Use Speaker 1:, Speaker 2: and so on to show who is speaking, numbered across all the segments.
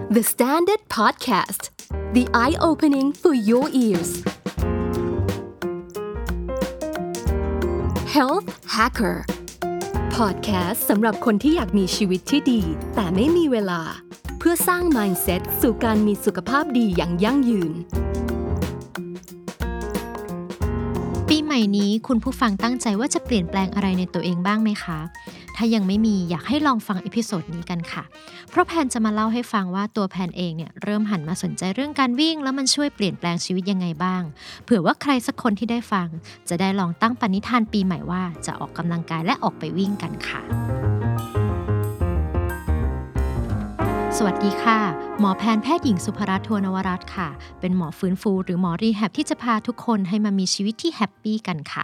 Speaker 1: The Standard Podcast The Eye-Opening for Your Ears Health Hacker Podcast สำหรับคนที่อยากมีชีวิตที่ดีแต่ไม่มีเวลาเพื่อสร้าง mindset สู่การมีสุขภาพดีอย่างยั่งยืน
Speaker 2: ปีใหม่นี้คุณผู้ฟังตั้งใจว่าจะเปลี่ยนแปลงอะไรในตัวเองบ้างไหมคะถ้ายังไม่มีอยากให้ลองฟังเอพิโซดนี้กันค่ะเพราะแพนจะมาเล่าให้ฟังว่าตัวแพนเองเนี่ยเริ่มหันมาสนใจเรื่องการวิ่งแล้วมันช่วยเปลี่ยนแปลงชีวิตยังไงบ้างเผื่อว่าใครสักคนที่ได้ฟังจะได้ลองตั้งปณิธานปีใหม่ว่าจะออกกำลังกายและออกไปวิ่งกันค่ะสวัสดีค่ะหมอแพนแพทย์หญิงสุภรัตน์ ทวนวรัตน์ค่ะเป็นหมอฟื้นฟูหรือหมอรีแฮบที่จะพาทุกคนให้มามีชีวิตที่แฮปปี้กันค่ะ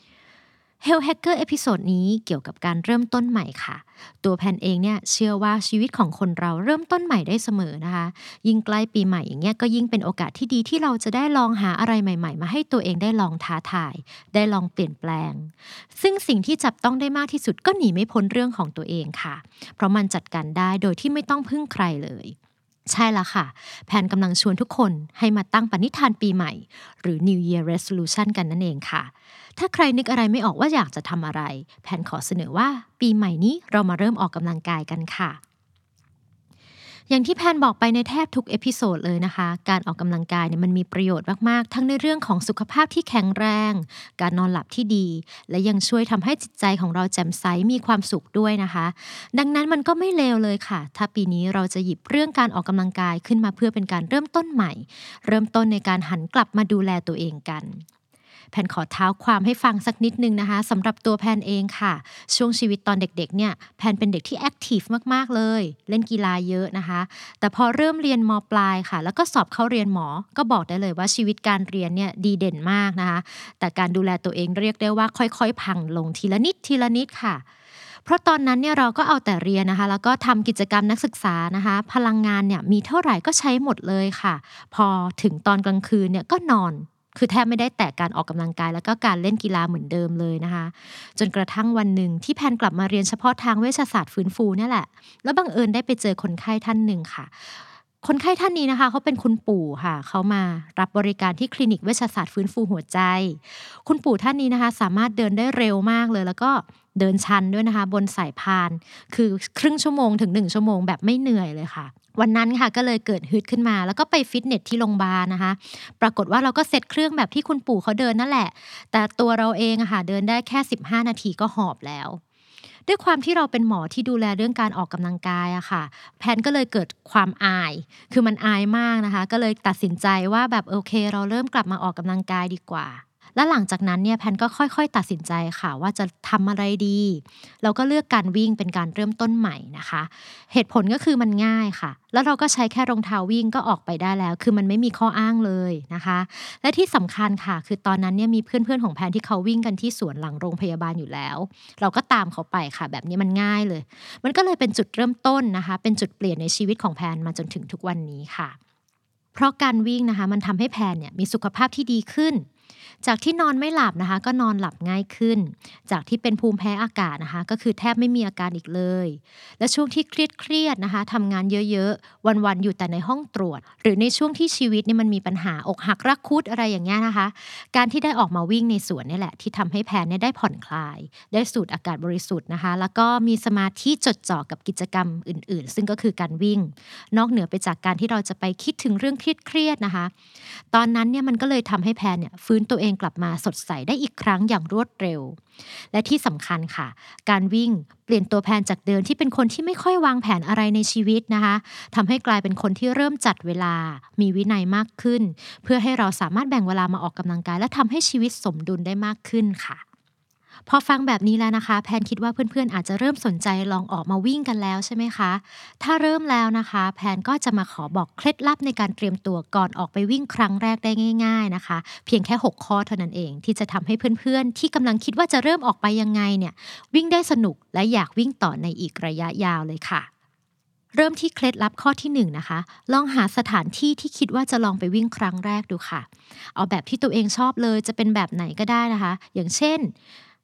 Speaker 2: Health Hacker เอพิโซดนี้เกี่ยวกับการเริ่มต้นใหม่ค่ะตัวแพนเองเนี่ยเชื่อว่าชีวิตของคนเราเริ่มต้นใหม่ได้เสมอนะคะยิ่งใกล้ปีใหม่อย่างเงี้ยก็ยิ่งเป็นโอกาสที่ดีที่เราจะได้ลองหาอะไรใหม่ๆมาให้ตัวเองได้ลองท้าทายได้ลองเปลี่ยนแปลงซึ่งสิ่งที่จับต้องได้มากที่สุดก็หนีไม่พ้นเรื่องของตัวเองค่ะเพราะมันจัดการได้โดยที่ไม่ต้องพึ่งใครเลยใช่ละค่ะแพนกำลังชวนทุกคนให้มาตั้งปณิธานปีใหม่หรือ New Year Resolution กันนั่นเองค่ะถ้าใครนึกอะไรไม่ออกว่าอยากจะทำอะไรแพนขอเสนอว่าปีใหม่นี้เรามาเริ่มออกกำลังกายกันค่ะอย่างที่แพนบอกไปในแทบทุกเอพิโซดเลยนะคะการออกกำลังกายเนี่ยมันมีประโยชน์มากๆทั้งในเรื่องของสุขภาพที่แข็งแรงการนอนหลับที่ดีและยังช่วยทำให้จิตใจของเราแจ่มใสมีความสุขด้วยนะคะดังนั้นมันก็ไม่เลวเลยค่ะถ้าปีนี้เราจะหยิบเรื่องการออกกำลังกายขึ้นมาเพื่อเป็นการเริ่มต้นใหม่เริ่มต้นในการหันกลับมาดูแลตัวเองกันแพนขอเท้าความให้ฟังสักนิดนึงนะคะสำหรับตัวแพนเองค่ะช่วงชีวิตตอนเด็กๆเนี่ยแพนเป็นเด็กที่แอคทีฟมากๆเลยเล่นกีฬาเยอะนะคะแต่พอเริ่มเรียนม.ปลายค่ะแล้วก็สอบเข้าเรียนหมอก็บอกได้เลยว่าชีวิตการเรียนเนี่ยดีเด่นมากนะคะแต่การดูแลตัวเองเรียกได้ว่าค่อยๆพังลงทีละนิดทีละนิดค่ะเพราะตอนนั้นเนี่ยเราก็เอาแต่เรียนนะคะแล้วก็ทำกิจกรรมนักศึกษานะคะพลังงานเนี่ยมีเท่าไหร่ก็ใช้หมดเลยค่ะพอถึงตอนกลางคืนเนี่ยก็นอนคือแทบไม่ได้แตะการออกกำลังกายแล้วก็การเล่นกีฬาเหมือนเดิมเลยนะคะจนกระทั่งวันหนึ่งที่แพนกลับมาเรียนเฉพาะทางเวชศาสตร์ฟื้นฟูนี่แหละแล้วบังเอิญได้ไปเจอคนไข้ท่านหนึ่งค่ะคนไข้ท่านนี้นะคะเขาเป็นคุณปู่ค่ะเขามารับบริการที่คลินิกเวชศาสตร์ฟื้นฟูหัวใจคุณปู่ท่านนี้นะคะสามารถเดินได้เร็วมากเลยแล้วก็เดินชันด้วยนะคะบนสายพานคือครึ่งชั่วโมงถึง1 ชั่วโมงแบบไม่เหนื่อยเลยค่ะวันนั้นค่ะก็เลยเกิดฮึดขึ้นมาแล้วก็ไปฟิตเนสที่โรงพยาบาลนะคะปรากฏว่าเราก็เซตเครื่องแบบที่คุณปู่เขาเดินนั่นแหละแต่ตัวเราเองอะค่ะเดินได้แค่15 นาทีก็หอบแล้วด้วยความที่เราเป็นหมอที่ดูแลเรื่องการออกกำลังกายอะค่ะแพนก็เลยเกิดความอายคือมันอายมากนะคะก็เลยตัดสินใจว่าแบบโอเคเราเริ่มกลับมาออกกำลังกายดีกว่าและหลังจากนั้นเนี่ยแพนก็ค่อยๆตัดสินใจค่ะว่าจะทำอะไรดีเราก็เลือกการวิ่งเป็นการเริ่มต้นใหม่นะคะเหตุผลก็คือมันง่ายค่ะแล้วเราก็ใช้แค่รองเท้าวิ่งก็ออกไปได้แล้วคือมันไม่มีข้ออ้างเลยนะคะและที่สำคัญค่ะคือตอนนั้นเนี่ยมีเพื่อนๆของแพนที่เขาวิ่งกันที่สวนหลังโรงพยาบาลอยู่แล้วเราก็ตามเขาไปค่ะแบบนี้มันง่ายเลยมันก็เลยเป็นจุดเริ่มต้นนะคะเป็นจุดเปลี่ยนในชีวิตของแพนมาจนถึงทุกวันนี้ค่ะเพราะการวิ่งนะคะมันทำให้แพนเนี่ยมีสุขภาพที่ดีขึ้นจากที่นอนไม่หลับนะคะก็นอนหลับง่ายขึ้นจากที่เป็นภูมิแพ้อากาศนะคะก็คือแทบไม่มีอาการอีกเลยและช่วงที่เครียดนะคะทำงานเยอะๆวันๆอยู่แต่ในห้องตรวจหรือในช่วงที่ชีวิตนี่มันมีปัญหาอกหักรักคุดอะไรอย่างเงี้ยนะคะการที่ได้ออกมาวิ่งในสวนนี่แหละที่ทำให้แพนเนี่ยได้ผ่อนคลายได้สูดอากาศบริสุทธิ์นะคะแล้วก็มีสมาธิจดจ่อกับกิจกรรมอื่นๆซึ่งก็คือการวิ่งนอกเหนือไปจากการที่เราจะไปคิดถึงเรื่องเครียดๆนะคะตอนนั้นเนี่ยมันก็เลยทำให้แพนเนี่ยฟื้นตัวเองกลับมาสดใสได้อีกครั้งอย่างรวดเร็วและที่สำคัญค่ะการวิ่งเปลี่ยนตัวแพนจากเดิมที่เป็นคนที่ไม่ค่อยวางแผนอะไรในชีวิตนะคะทำให้กลายเป็นคนที่เริ่มจัดเวลามีวินัยมากขึ้นเพื่อให้เราสามารถแบ่งเวลามาออกกำลังกายและทำให้ชีวิตสมดุลได้มากขึ้นค่ะพอฟังแบบนี้แล้วนะคะแพนคิดว่าเพื่อนๆอาจจะเริ่มสนใจลองออกมาวิ่งกันแล้วใช่ไหมคะถ้าเริ่มแล้วนะคะแพนก็จะมาขอบอกเคล็ดลับในการเตรียมตัวก่อนออกไปวิ่งครั้งแรกได้ง่ายๆนะคะเพียงแค่6 ข้อเท่านั้นเองที่จะทำให้เพื่อนๆที่กำลังคิดว่าจะเริ่มออกไปยังไงเนี่ยวิ่งได้สนุกและอยากวิ่งต่อในอีกระยะยาวเลยค่ะเริ่มที่เคล็ดลับข้อที่1นะคะลองหาสถานที่ที่คิดว่าจะลองไปวิ่งครั้งแรกดูค่ะเอาแบบที่ตัวเองชอบเลยจะเป็นแบบไหนก็ได้นะคะอย่างเช่น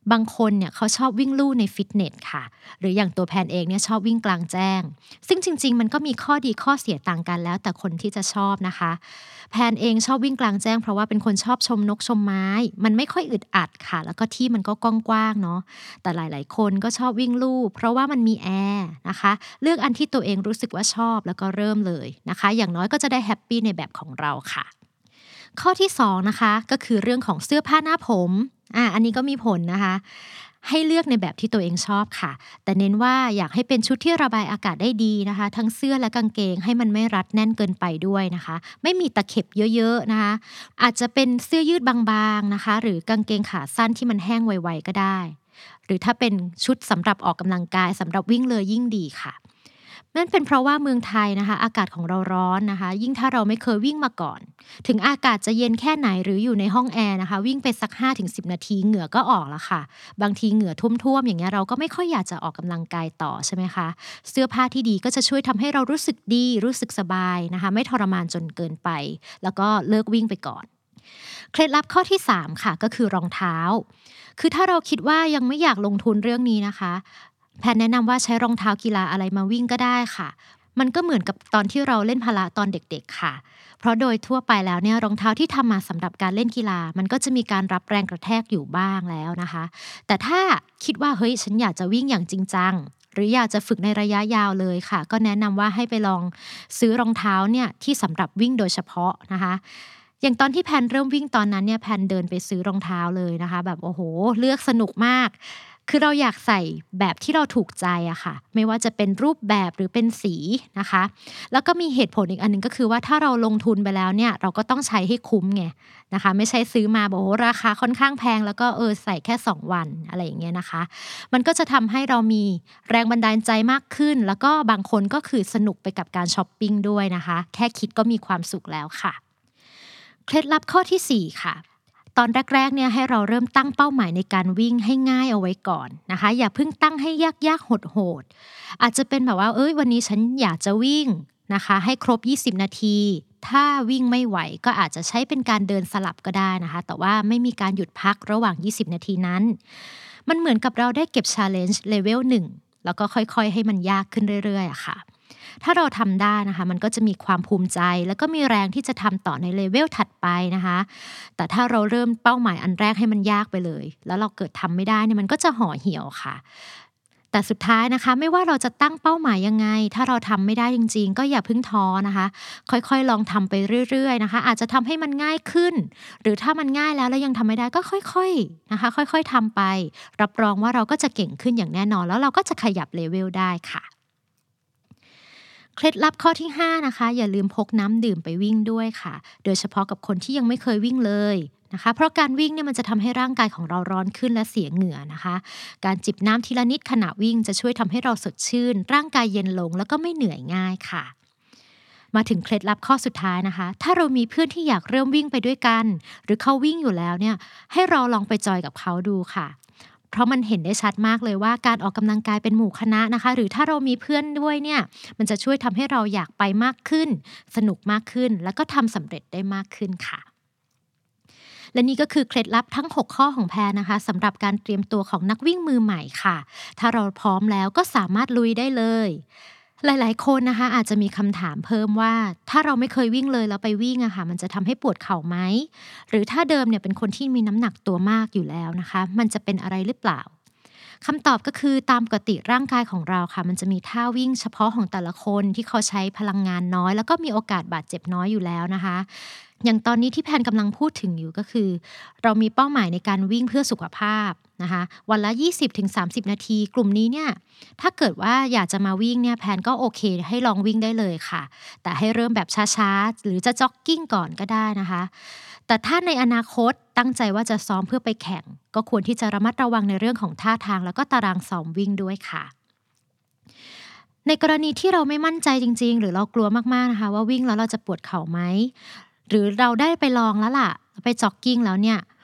Speaker 2: บางคนเนี่ยเขาชอบวิ่งลู่ในฟิตเนสค่ะหรืออย่างตัวแพนเองเนี่ยชอบวิ่งกลางแจ้งซึ่งจริงๆมันก็มีข้อดีข้อเสียต่างกันแล้วแต่คนที่จะชอบนะคะแพนเองชอบวิ่งกลางแจ้งเพราะว่าเป็นคนชอบชมนกชมไม้มันไม่ค่อยอึดอัดค่ะแล้วก็ที่มันก็กว้างๆเนาะแต่หลายๆคนก็ชอบวิ่งลู่เพราะว่ามันมีแอร์นะคะเลือกอันที่ตัวเองรู้สึกว่าชอบแล้วก็เริ่มเลยนะคะอย่างน้อยก็จะได้แฮปปี้ในแบบของเราค่ะข้อที่2นะคะก็คือเรื่องของเสื้อผ้าหน้าผมอันนี้ก็มีผลนะคะให้เลือกในแบบที่ตัวเองชอบค่ะแต่เน้นว่าอยากให้เป็นชุดที่ระบายอากาศได้ดีนะคะทั้งเสื้อและกางเกงให้มันไม่รัดแน่นเกินไปด้วยนะคะไม่มีตะเข็บเยอะๆนะคะอาจจะเป็นเสื้อยืดบางๆนะคะหรือกางเกงขาสั้นที่มันแห้งไวๆก็ได้หรือถ้าเป็นชุดสำหรับออกกำลังกายสำหรับวิ่งเลยยิ่งดีค่ะนั่นเป็นเพราะว่าเมืองไทยนะคะอากาศของเราร้อนนะคะยิ่งถ้าเราไม่เคยวิ่งมาก่อนถึงอากาศจะเย็นแค่ไหนหรืออยู่ในห้องแอร์นะคะวิ่งไปสัก 5-10 นาทีเหงื่อก็ออกแล้วค่ะบางทีเหงื่อท่วมๆอย่างเงี้ยเราก็ไม่ค่อยอยากจะออกกำลังกายต่อใช่ไหมคะเสื้อผ้าที่ดีก็จะช่วยทำให้เรารู้สึกดีรู้สึกสบายนะคะไม่ทรมานจนเกินไปแล้วก็เลิกวิ่งไปก่อนเคล็ดลับข้อที่3ค่ะก็คือรองเท้าคือถ้าเราคิดว่ายังไม่อยากลงทุนเรื่องนี้นะคะแพนแนะนำว่าใช้รองเท้ากีฬาอะไรมาวิ่งก็ได้ค่ะมันก็เหมือนกับตอนที่เราเล่นพละตอนเด็กๆค่ะเพราะโดยทั่วไปแล้วเนี่ยรองเท้าที่ทำมาสำหรับการเล่นกีฬามันก็จะมีการรับแรงกระแทกอยู่บ้างแล้วนะคะแต่ถ้าคิดว่าเฮ้ยฉันอยากจะวิ่งอย่างจริงจังหรืออยากจะฝึกในระยะยาวเลยค่ะก็แนะนำว่าให้ไปลองซื้อรองเท้าเนี่ยที่สำหรับวิ่งโดยเฉพาะนะคะอย่างตอนที่แพนเริ่มวิ่งตอนนั้นเนี่ยแพนเดินไปซื้อรองเท้าเลยนะคะแบบโอ้โหเลือกสนุกมากคือเราอยากใส่แบบที่เราถูกใจอะค่ะไม่ว่าจะเป็นรูปแบบหรือเป็นสีนะคะแล้วก็มีเหตุผลอีกอันนึงก็คือว่าถ้าเราลงทุนไปแล้วเนี่ยเราก็ต้องใช้ให้คุ้มไงนะคะไม่ใช่ซื้อมาบอกโอ้ราคาค่อนข้างแพงแล้วก็ใส่แค่2วันอะไรอย่างเงี้ยนะคะมันก็จะทำให้เรามีแรงบันดาลใจมากขึ้นแล้วก็บางคนก็คือสนุกไปกับการช้อปปิ้งด้วยนะคะแค่คิดก็มีความสุขแล้วค่ะเคล็ดลับข้อที่4ค่ะตอนแรกๆเนี่ยให้เราเริ่มตั้งเป้าหมายในการวิ่งให้ง่ายเอาไว้ก่อนนะคะอย่าเพิ่งตั้งให้ยากๆโหดๆอาจจะเป็นแบบว่าวันนี้ฉันอยากจะวิ่งนะคะให้ครบ20นาทีถ้าวิ่งไม่ไหวก็อาจจะใช้เป็นการเดินสลับก็ได้นะคะแต่ว่าไม่มีการหยุดพักระหว่าง20นาทีนั้นมันเหมือนกับเราได้เก็บ challenge level 1แล้วก็ค่อยๆให้มันยากขึ้นเรื่อยๆอะค่ะถ้าเราทำได้นะคะมันก็จะมีความภูมิใจแล้วก็มีแรงที่จะทำต่อในเลเวลถัดไปนะคะแต่ถ้าเราเริ่มเป้าหมายอันแรกให้มันยากไปเลยแล้วเราเกิดทำไม่ได้เนี่ยมันก็จะห่อเหี่ยวค่ะแต่สุดท้ายนะคะไม่ว่าเราจะตั้งเป้าหมายยังไงถ้าเราทำไม่ได้จริงๆก็อย่าเพิ่งท้อนะคะค่อยๆลองทำไปเรื่อยๆนะคะอาจจะทำให้มันง่ายขึ้นหรือถ้ามันง่ายแล้วยังทำไม่ได้ก็ค่อยๆนะคะค่อยๆทำไปรับรองว่าเราก็จะเก่งขึ้นอย่างแน่นอนแล้วเราก็จะขยับเลเวลได้ค่ะเคล็ดลับข้อที่5นะคะอย่าลืมพกน้ำดื่มไปวิ่งด้วยค่ะโดยเฉพาะกับคนที่ยังไม่เคยวิ่งเลยนะคะเพราะการวิ่งเนี่ยมันจะทำให้ร่างกายของเราร้อนขึ้นและเสียเหงื่อนะคะการจิบน้ำทีละนิดขณะวิ่งจะช่วยทำให้เราสดชื่นร่างกายเย็นลงแล้วก็ไม่เหนื่อยง่ายค่ะมาถึงเคล็ดลับข้อสุดท้ายนะคะถ้าเรามีเพื่อนที่อยากเริ่มวิ่งไปด้วยกันหรือเขาวิ่งอยู่แล้วเนี่ยให้เราลองไปจอยกับเขาดูค่ะเพราะมันเห็นได้ชัดมากเลยว่าการออกกำลังกายเป็นหมู่คณะนะคะหรือถ้าเรามีเพื่อนด้วยเนี่ยมันจะช่วยทำให้เราอยากไปมากขึ้นสนุกมากขึ้นแล้วก็ทำสำเร็จได้มากขึ้นค่ะและนี่ก็คือเคล็ดลับทั้ง6ข้อของแพรนะคะสำหรับการเตรียมตัวของนักวิ่งมือใหม่ค่ะถ้าเราพร้อมแล้วก็สามารถลุยได้เลยหลายๆคนนะคะอาจจะมีคำถามเพิ่มว่าถ้าเราไม่เคยวิ่งเลยแล้วไปวิ่งอะค่ะมันจะทำให้ปวดเข่าไหมหรือถ้าเดิมเนี่ยเป็นคนที่มีน้ำหนักตัวมากอยู่แล้วนะคะมันจะเป็นอะไรหรือเปล่าคำตอบก็คือตามปกติร่างกายของเราค่ะมันจะมีท่าวิ่งเฉพาะของแต่ละคนที่เขาใช้พลังงานน้อยแล้วก็มีโอกาสบาดเจ็บน้อยอยู่แล้วนะคะอย่างตอนนี้ที่แพนกำลังพูดถึงอยู่ก็คือเรามีเป้าหมายในการวิ่งเพื่อสุขภาพนะคะวันละ 20-30 นาทีกลุ่มนี้เนี่ยถ้าเกิดว่าอยากจะมาวิ่งเนี่ยแพนก็โอเคให้ลองวิ่งได้เลยค่ะแต่ให้เริ่มแบบช้าๆหรือจะจ็อกกิ้งก่อนก็ได้นะคะแต่ถ้าในอนาคตตั้งใจว่าจะซ้อมเพื่อไปแข่งก็ควรที่จะระมัดระวังในเรื่องของท่าทางแล้วก็ตารางซ้อมวิ่งด้วยค่ะในกรณีที่เราไม่มั่นใจจริงๆหรือเรากลัวมากๆนะคะว่าวิ่งแล้วเราจะปวดเข่าไหมหรือเราได้ไปลองแล้วล่ะไปจ็อกกิ้งแล้วเนี่ย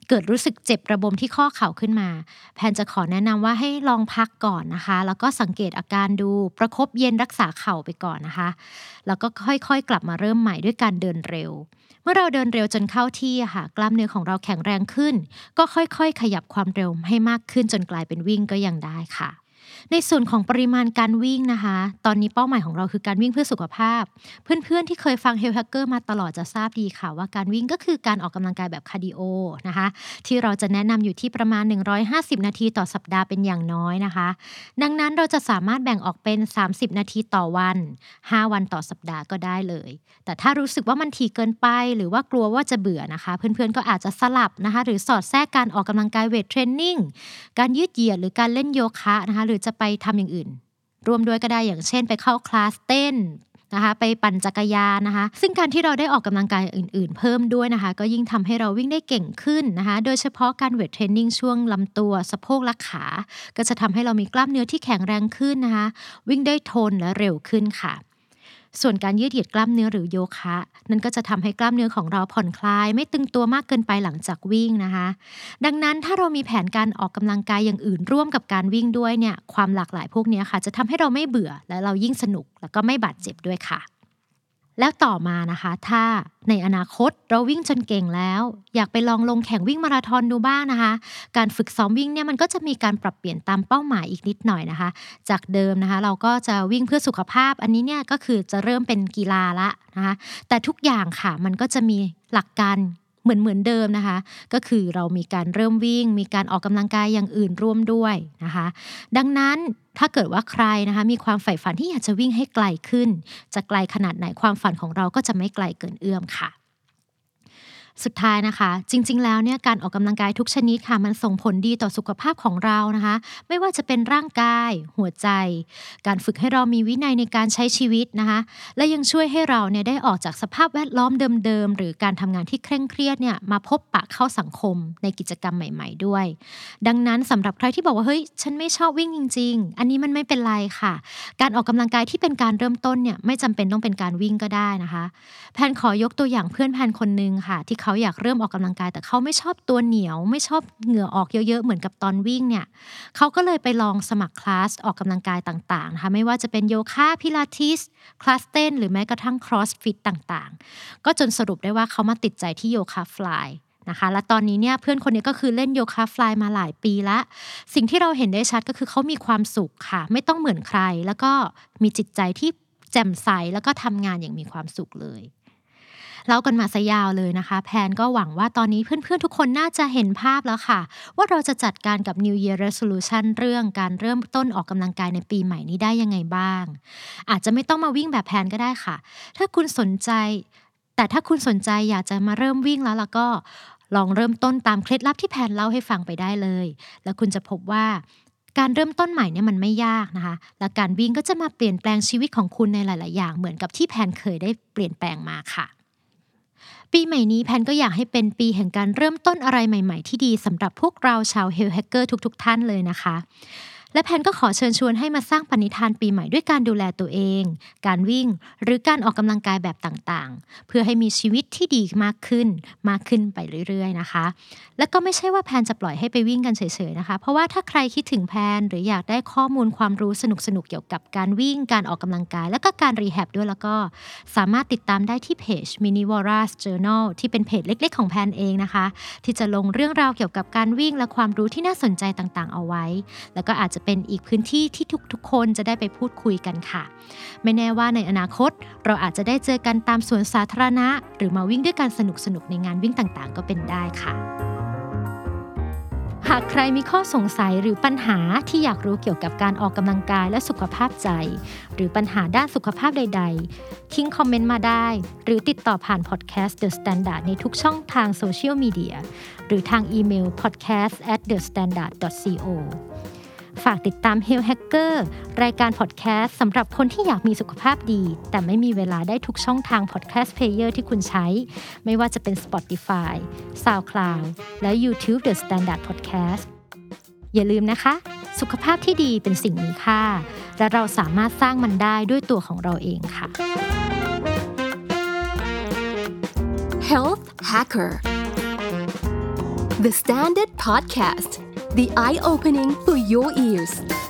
Speaker 2: เกิดรู้สึกเจ็บระบมที่ข้อเข่าขึ้นมาแพนจะขอแนะนำว่าให้ลองพักก่อนนะคะแล้วก็สังเกตอาการดูประคบเย็นรักษาเข่าไปก่อนนะคะแล้วก็ค่อยๆกลับมาเริ่มใหม่ด้วยการเดินเร็วเมื่อเราเดินเร็วจนเข้าที่ค่ะกล้ามเนื้อของเราแข็งแรงขึ้นก็ค่อยๆขยับความเร็วให้มากขึ้นจนกลายเป็นวิ่งก็ยังได้ค่ะในส่วนของปริมาณการวิ่งนะคะตอนนี้เป้าหมายของเราคือการวิ่งเพื่อสุขภาพเพื่อนๆที่เคยฟัง Health Hacker มาตลอดจะทราบดีค่ะว่าการวิ่งก็คือการออกกำลังกายแบบคาร์ดิโอนะคะที่เราจะแนะนำอยู่ที่ประมาณ150นาทีต่อสัปดาห์เป็นอย่างน้อยนะคะดังนั้นเราจะสามารถแบ่งออกเป็น30นาทีต่อวัน5วันต่อสัปดาห์ก็ได้เลยแต่ถ้ารู้สึกว่ามันถี่เกินไปหรือว่ากลัวว่าจะเบื่อนะคะเพื่อนๆก็อาจจะสลับนะคะหรือสอดแทรกการออกกำลังกายเวทเทรนนิ่งการยืดเหยียดหรือการเล่นโยคะนะคะหรือจะไปทำอย่างอื่นร่วมด้วยก็ได้อย่างเช่นไปเข้าคลาสเต้นนะคะไปปั่นจักรยานนะคะซึ่งการที่เราได้ออกกำลังกายอื่นๆเพิ่มด้วยนะคะก็ยิ่งทำให้เราวิ่งได้เก่งขึ้นนะคะโดยเฉพาะการเวทเทรนนิ่งช่วงลำตัวสะโพกและขาก็จะทำให้เรามีกล้ามเนื้อที่แข็งแรงขึ้นนะคะวิ่งได้ทนและเร็วขึ้นค่ะส่วนการยืดเหยียดกล้ามเนื้อหรือโยคะนั่นก็จะทำให้กล้ามเนื้อของเราผ่อนคลายไม่ตึงตัวมากเกินไปหลังจากวิ่งนะคะดังนั้นถ้าเรามีแผนการออกกำลังกายอย่างอื่นร่วมกับการวิ่งด้วยเนี่ยความหลากหลายพวกนี้ค่ะจะทำให้เราไม่เบื่อและเรายิ่งสนุกแล้วก็ไม่บาดเจ็บด้วยค่ะแล้วต่อมานะคะถ้าในอนาคตเราวิ่งจนเก่งแล้วอยากไปลองลงแข่งวิ่งมาราธอนดูบ้างนะคะการฝึกซ้อมวิ่งเนี่ยมันก็จะมีการปรับเปลี่ยนตามเป้าหมายอีกนิดหน่อยนะคะจากเดิมนะคะเราก็จะวิ่งเพื่อสุขภาพอันนี้เนี่ยก็คือจะเริ่มเป็นกีฬาละนะคะแต่ทุกอย่างค่ะมันก็จะมีหลักการเหมือนเดิมนะคะก็คือเรามีการเริ่มวิ่งมีการออกกำลังกายอย่างอื่นร่วมด้วยนะคะดังนั้นถ้าเกิดว่าใครนะคะมีความใฝ่ฝันที่อยากจะวิ่งให้ไกลขึ้นจะไกลขนาดไหนความฝันของเราก็จะไม่ไกลเกินเอื้อมค่ะสุดท้ายนะคะจริงๆแล้วเนี่ยการออกกำลังกายทุกชนิดค่ะมันส่งผลดีต่อสุขภาพของเรานะคะไม่ว่าจะเป็นร่างกายหัวใจการฝึกให้เรามีวินัยในการใช้ชีวิตนะคะและยังช่วยให้เราเนี่ยได้ออกจากสภาพแวดล้อมเดิมๆหรือการทำงานที่เคร่งเครียดเนี่ยมาพบปะเข้าสังคมในกิจกรรมใหม่ๆด้วยดังนั้นสำหรับใครที่บอกว่าเฮ้ยฉันไม่ชอบวิ่งจริงๆอันนี้มันไม่เป็นไรค่ะการออกกำลังกายที่เป็นการเริ่มต้นเนี่ยไม่จำเป็นต้องเป็นการวิ่งก็ได้นะคะแพนขอยกตัวอย่างเพื่อนแพนคนนึงค่ะที่เขาอยากเริ่มออกกำลังกายแต่เขาไม่ชอบตัวเหนียวไม่ชอบเหงื่อออกเยอะๆเหมือนกับตอนวิ่งเนี่ยเขาก็เลยไปลองสมัครคลาสออกกำลังกายต่างๆนะคะไม่ว่าจะเป็นโยคะพิลาทิสคลาสเต้นหรือแม้กระทั่งครอสฟิตต่างๆก็จนสรุปได้ว่าเขามาติดใจที่โยคะฟลายนะคะและตอนนี้เนี่ยเพื่อนคนนี้ก็คือเล่นโยคะฟลายมาหลายปีละสิ่งที่เราเห็นได้ชัดก็คือเขามีความสุขค่ะไม่ต้องเหมือนใครแล้วก็มีจิตใจที่แจ่มใสแล้วก็ทำงานอย่างมีความสุขเลยเล่ากันมาซะยาวเลยนะคะแพนก็หวังว่าตอนนี้เพื่อนๆทุกคนน่าจะเห็นภาพแล้วค่ะว่าเราจะจัดการกับ New Year Resolution เรื่องการเริ่มต้นออกกำลังกายในปีใหม่นี้ได้ยังไงบ้างอาจจะไม่ต้องมาวิ่งแบบแพนก็ได้ค่ะถ้าคุณสนใจอยากจะมาเริ่มวิ่งแล้วก็ลองเริ่มต้นตามเคล็ดลับที่แพนเล่าให้ฟังไปได้เลยแล้วคุณจะพบว่าการเริ่มต้นใหม่เนี่ยมันไม่ยากนะคะและการวิ่งก็จะมาเปลี่ยนแปลงชีวิตของคุณในหลายๆอย่างเหมือนกับที่แพนเคยได้เปลี่ยนแปลงมาค่ะปีใหม่นี้แพนก็อยากให้เป็นปีแห่งการเริ่มต้นอะไรใหม่ๆที่ดีสำหรับพวกเราชาว Health Hacker ทุกๆท่านเลยนะคะและแพนก็ขอเชิญชวนให้มาสร้างปณิธานปีใหม่ด้วยการดูแลตัวเองการวิ่งหรือการออกกำลังกายแบบต่างๆเพื่อให้มีชีวิตที่ดีมากขึ้นไปเรื่อยๆนะคะและก็ไม่ใช่ว่าแพนจะปล่อยให้ไปวิ่งกันเฉยๆนะคะเพราะว่าถ้าใครคิดถึงแพนหรืออยากได้ข้อมูลความรู้สนุกๆเกี่ยวกับการวิ่งการออกกำลังกายและก็การรีแฮบด้วยแล้วก็สามารถติดตามได้ที่เพจ Minivoras Journal ที่เป็นเพจเล็กๆของแพนเองนะคะที่จะลงเรื่องราวเกี่ยวกับการวิ่งและความรู้ที่น่าสนใจต่างๆเอาไว้แล้วก็อาจจะเป็นอีกพื้นที่ที่ทุกๆคนจะได้ไปพูดคุยกันค่ะไม่แน่ว่าในอนาคตเราอาจจะได้เจอกันตามสวนสาธารณะหรือมาวิ่งด้วยกันสนุกๆในงานวิ่งต่างๆก็เป็นได้ค่ะหากใครมีข้อสงสัยหรือปัญหาที่อยากรู้เกี่ยวกับการออกกำลังกายและสุขภาพใจหรือปัญหาด้านสุขภาพใดๆทิ้งคอมเมนต์มาได้หรือติดต่อผ่านพอดแคสต์ The Standard ในทุกช่องทางโซเชียลมีเดียหรือทางอีเมล podcast@thestandard.coฝากติดตาม Health Hacker รายการพอดแคสต์สำหรับคนที่อยากมีสุขภาพดีแต่ไม่มีเวลาได้ทุกช่องทางพอดแคสต์เพลเยอร์ที่คุณใช้ไม่ว่าจะเป็น Spotify, SoundCloud และ YouTube The Standard Podcast อย่าลืมนะคะสุขภาพที่ดีเป็นสิ่งมีค่าและเราสามารถสร้างมันได้ด้วยตัวของเราเองค่ะ
Speaker 1: Health Hacker The Standard Podcast, the eye-opening for your ears.